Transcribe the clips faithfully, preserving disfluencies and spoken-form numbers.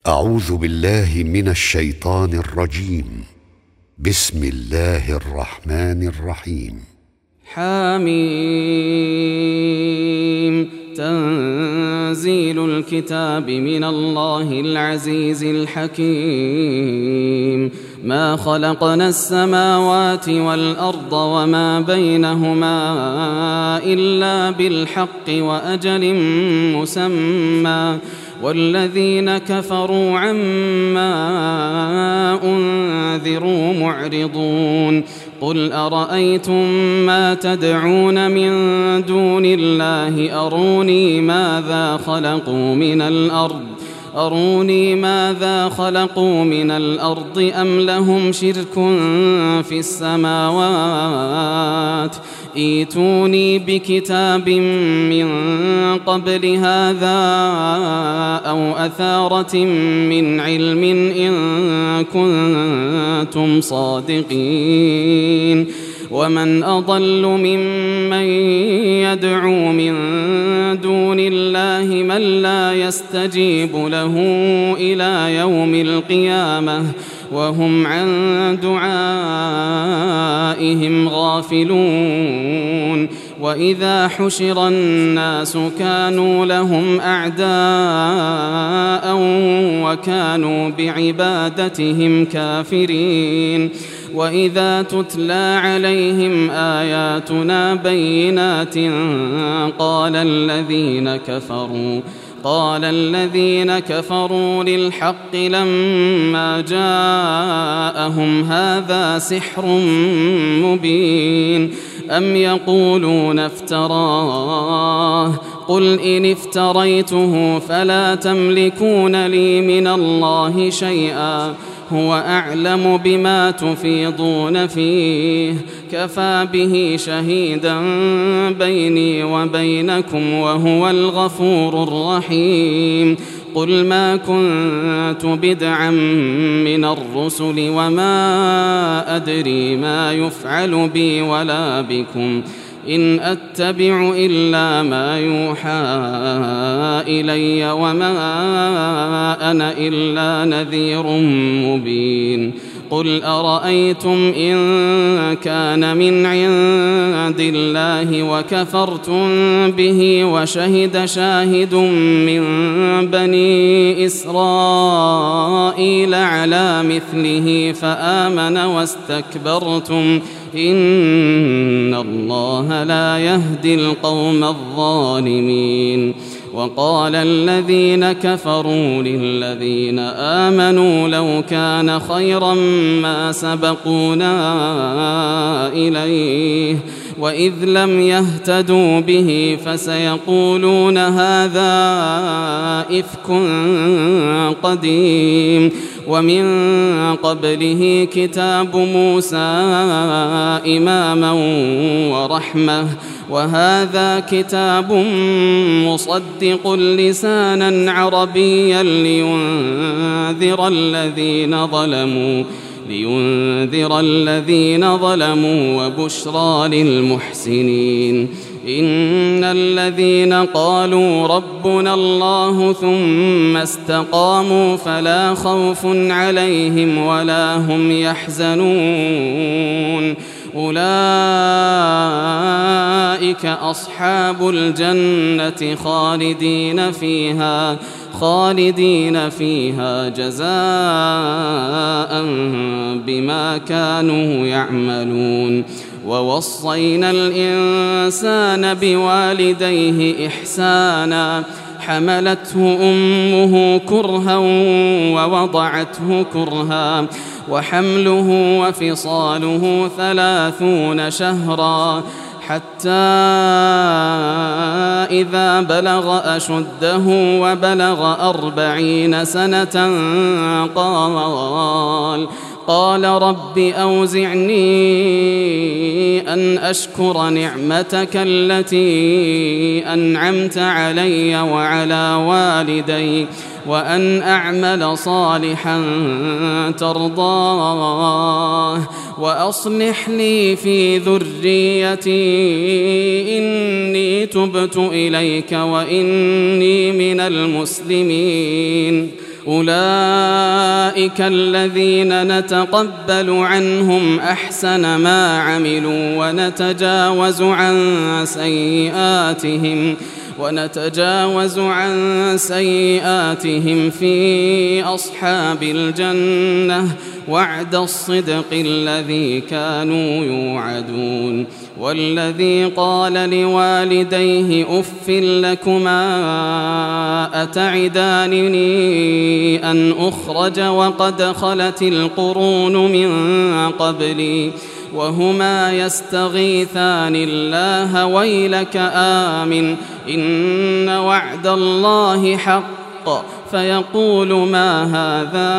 أعوذ بالله من الشيطان الرجيم. بسم الله الرحمن الرحيم. حميم. تنزيل الكتاب من الله العزيز الحكيم. ما خلقنا السماوات والأرض وما بينهما إلا بالحق وأجل مسمى، والذين كفروا عما أنذروا معرضون. قل أرأيتم ما تدعون من دون الله أروني ماذا خلقوا من الأرض أروني ماذا خلقوا من الأرض أم لهم شرك في السماوات؟ ائتوني بكتاب من قبل هذا أو أثارة من علم إن كنتم صادقين. ومن أضل ممن يدعو من دون الله من لا يستجيب له إلى يوم القيامة وهم عن دعائهم غافلون. وإذا حشر الناس كانوا لهم أعداء وكانوا بعبادتهم كافرين. وإذا تتلى عليهم آياتنا بينات قال الذين كفروا قال الذين كفروا للحق لما جاءهم هذا سحر مبين. أم يقولون افتراه قل إن افتريته فلا تملكون لي من الله شيئا هو أعلم بما تفيضون فيه كفى به شهيدا بيني وبينكم وهو الغفور الرحيم. قل ما كنت بدعا من الرسل وما أدري ما يفعل بي ولا بكم إن أتبع إلا ما يوحى إلي وما أنا إلا نذير مبين. قل أرأيتم إن كان من عند الله وكفرتم به وشهد شاهد من بني إسرائيل على مثله فآمن واستكبرتم إن الله لا يهدي القوم الظالمين. وقال الذين كفروا للذين آمنوا لو كان خيرا ما سبقونا إليه وإذ لم يهتدوا به فسيقولون هذا إفك قديم. ومن قبله كتاب موسى إماما ورحمة وهذا كتاب مصدق لسانا عربيا لينذر الذين ظلموا لينذر الذين ظلموا وبشرى للمحسنين. إن الذين قالوا ربنا الله ثم استقاموا فلا خوف عليهم ولا هم يحزنون أولئك أصحاب الجنة خالدين فيها خالدين فيها جزاء بما كانوا يعملون. ووصينا الإنسان بوالديه إحسانا حملته أمه كرها ووضعته كرها وحمله وفصاله ثلاثون شهرا حتى إذا بلغ أشده وبلغ أربعين سنة قال قال رب أوزعني أن أشكر نعمتك التي أنعمت علي وعلى والدي وأن أعمل صالحا ترضاه وأصلح لي في ذريتي إني تبت إليك وإني من المسلمين أولئك الذين نتقبل عنهم أحسن ما عملوا ونتجاوز عن سيئاتهم ونتجاوز عن سيئاتهم في أصحاب الجنة وعد الصدق الذي كانوا يوعدون. والذي قال لوالديه أف لكما أتعدانني أن أخرج وقد خلت القرون من قبلي وهما يستغيثان الله ويلك آمن إن وعد الله حق فيقول ما هذا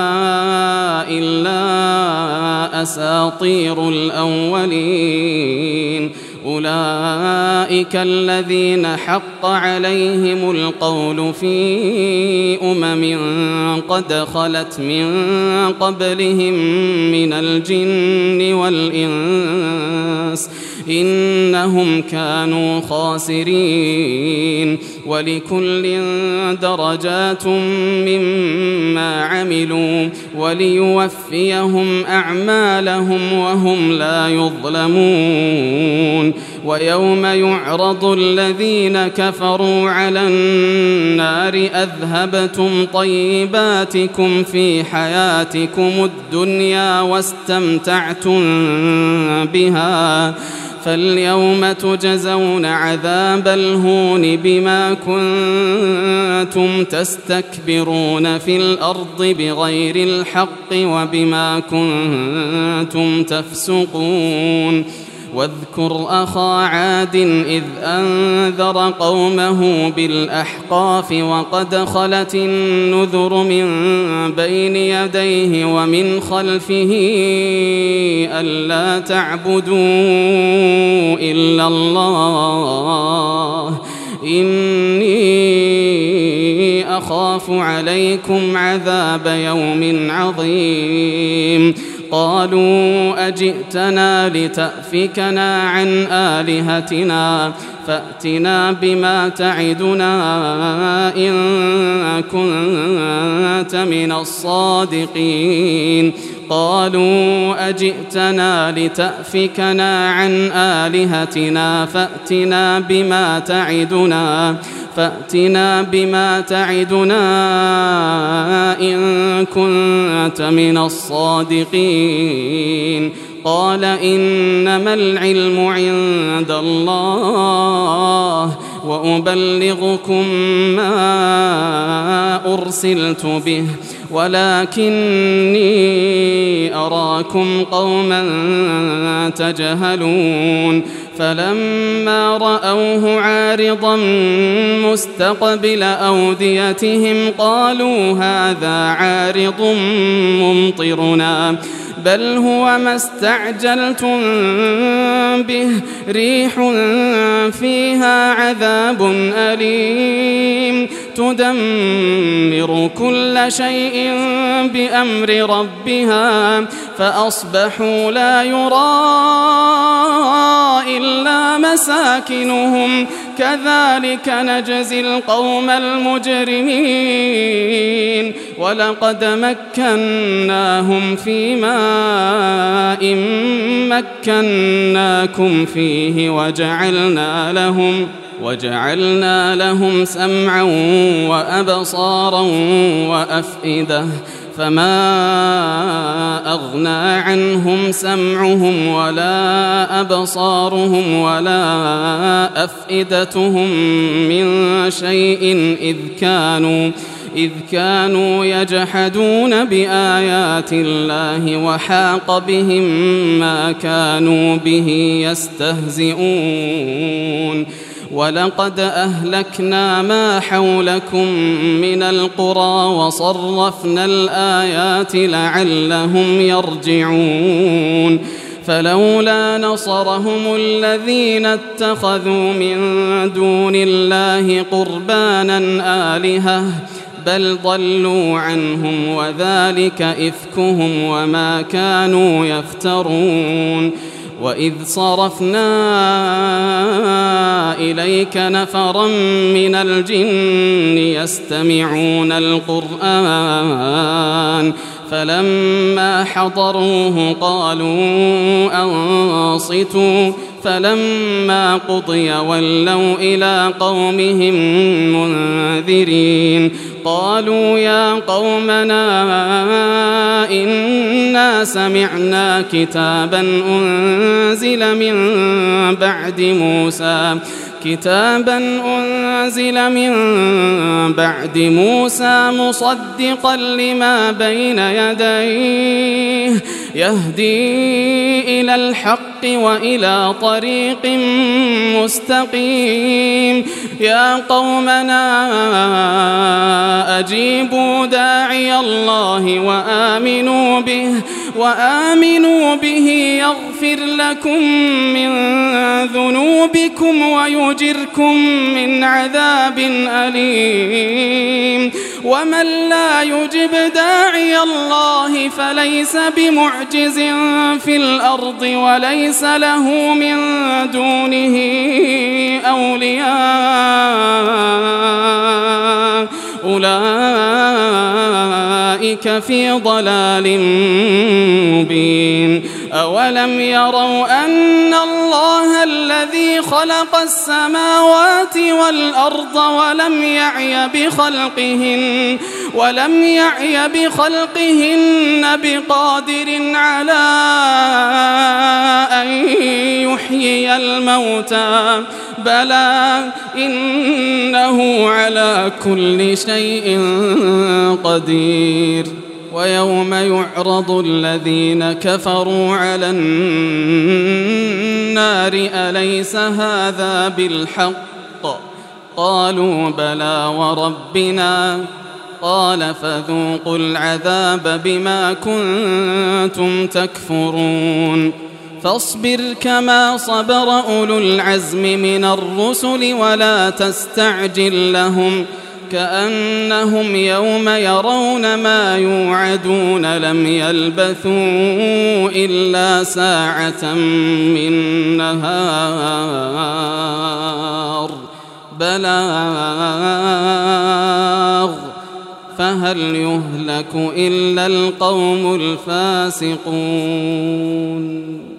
إلا أساطير الأولين. أولئك الذين حق عليهم القول في أمم قد خلت من قبلهم من الجن والإنس إنهم كانوا خاسرين. ولكل درجات مما عملوا وليوفيهم أعمالهم وهم لا يظلمون. ويوم يعرض الذين كفروا على النار أذهبتم طيباتكم في حياتكم الدنيا واستمتعتم بها فاليوم تجزون عذاب الهون بما كنتم تستكبرون في الأرض بغير الحق وبما كنتم تفسقون. واذكر أخا عاد إذ أنذر قومه بالأحقاف وقد خلت النذر من بين يديه ومن خلفه ألا تعبدوا إلا الله إني أخاف عليكم عذاب يوم عظيم. قالوا أجئتنا لتأفكنا عن آلهتنا فأتنا بما تعدنا إن كنت من الصادقين. قالوا أجئتنا لتأفكنا عن آلهتنا فأتنا بما تعدنا فأتنا بما تعدنا إن كنت من الصادقين. قال إنما العلم عند الله وأبلغكم ما أرسلت به ولكني أراكم قوما تجهلون. فلما رأوه عارضا مستقبل أوديتهم قالوا هذا عارض ممطرنا بل هو ما استعجلتم به ريح فيها عذاب أليم تدمر كل شيء بأمر ربها فأصبحوا لا يرى إلا مساكنهم كذلك نجزي القوم المجرمين. ولقد مكناهم في ماء مكناكم فيه وجعلنا لهم وجعلنا لهم سمعا وأبصارا وأفئدة فما أغنى عنهم سمعهم ولا أبصارهم ولا أفئدتهم من شيء إذ كانوا إذ كانوا يجحدون بآيات الله وحاق بهم ما كانوا به يستهزئون. ولقد أهلكنا ما حولكم من القرى وصرفنا الآيات لعلهم يرجعون. فلولا نصرهم الذين اتخذوا من دون الله قربانا آلهة بل ضلوا عنهم وذلك إفكهم وما كانوا يفترون. وإذ صرفنا إليك نفرا من الجن يستمعون القرآن فلما حضروه قالوا أنصتوا فلما قضي ولوا إلى قومهم منذرين قالوا يا قومنا إنا سمعنا كتابا أنزل من بعد موسى كتابا أنزل من بعد موسى مصدقا لما بين يديه يهدي إلى الحق وإلى طريق مستقيم يا قومنا أجيبوا داعي الله وآمنوا به وآمنوا به يغفر لكم من ذنوبكم ويجركم من عذاب أليم ومن لا يجب داعي الله فليس بمعجز في الأرض وليس له من دونه أولياء أولئك في ضلال مبين أولم يروا أن الله الذي خلق السماوات والأرض ولم يعي بخلقهن ولم يعي بخلقهن بقادر على أن يحيي الموتى بلى إنه على كل شيء قدير ويوم يعرض الذين كفروا على النار أليس هذا بالحق قالوا بلى وربنا قال فذوقوا العذاب بما كنتم تكفرون فاصبر كما صبر أولو العزم من الرسل ولا تستعجل لهم كأنهم يوم يرون ما يوعدون لم يلبثوا إلا ساعة من نهار بلاغ فهل يهلك إلا القوم الفاسقون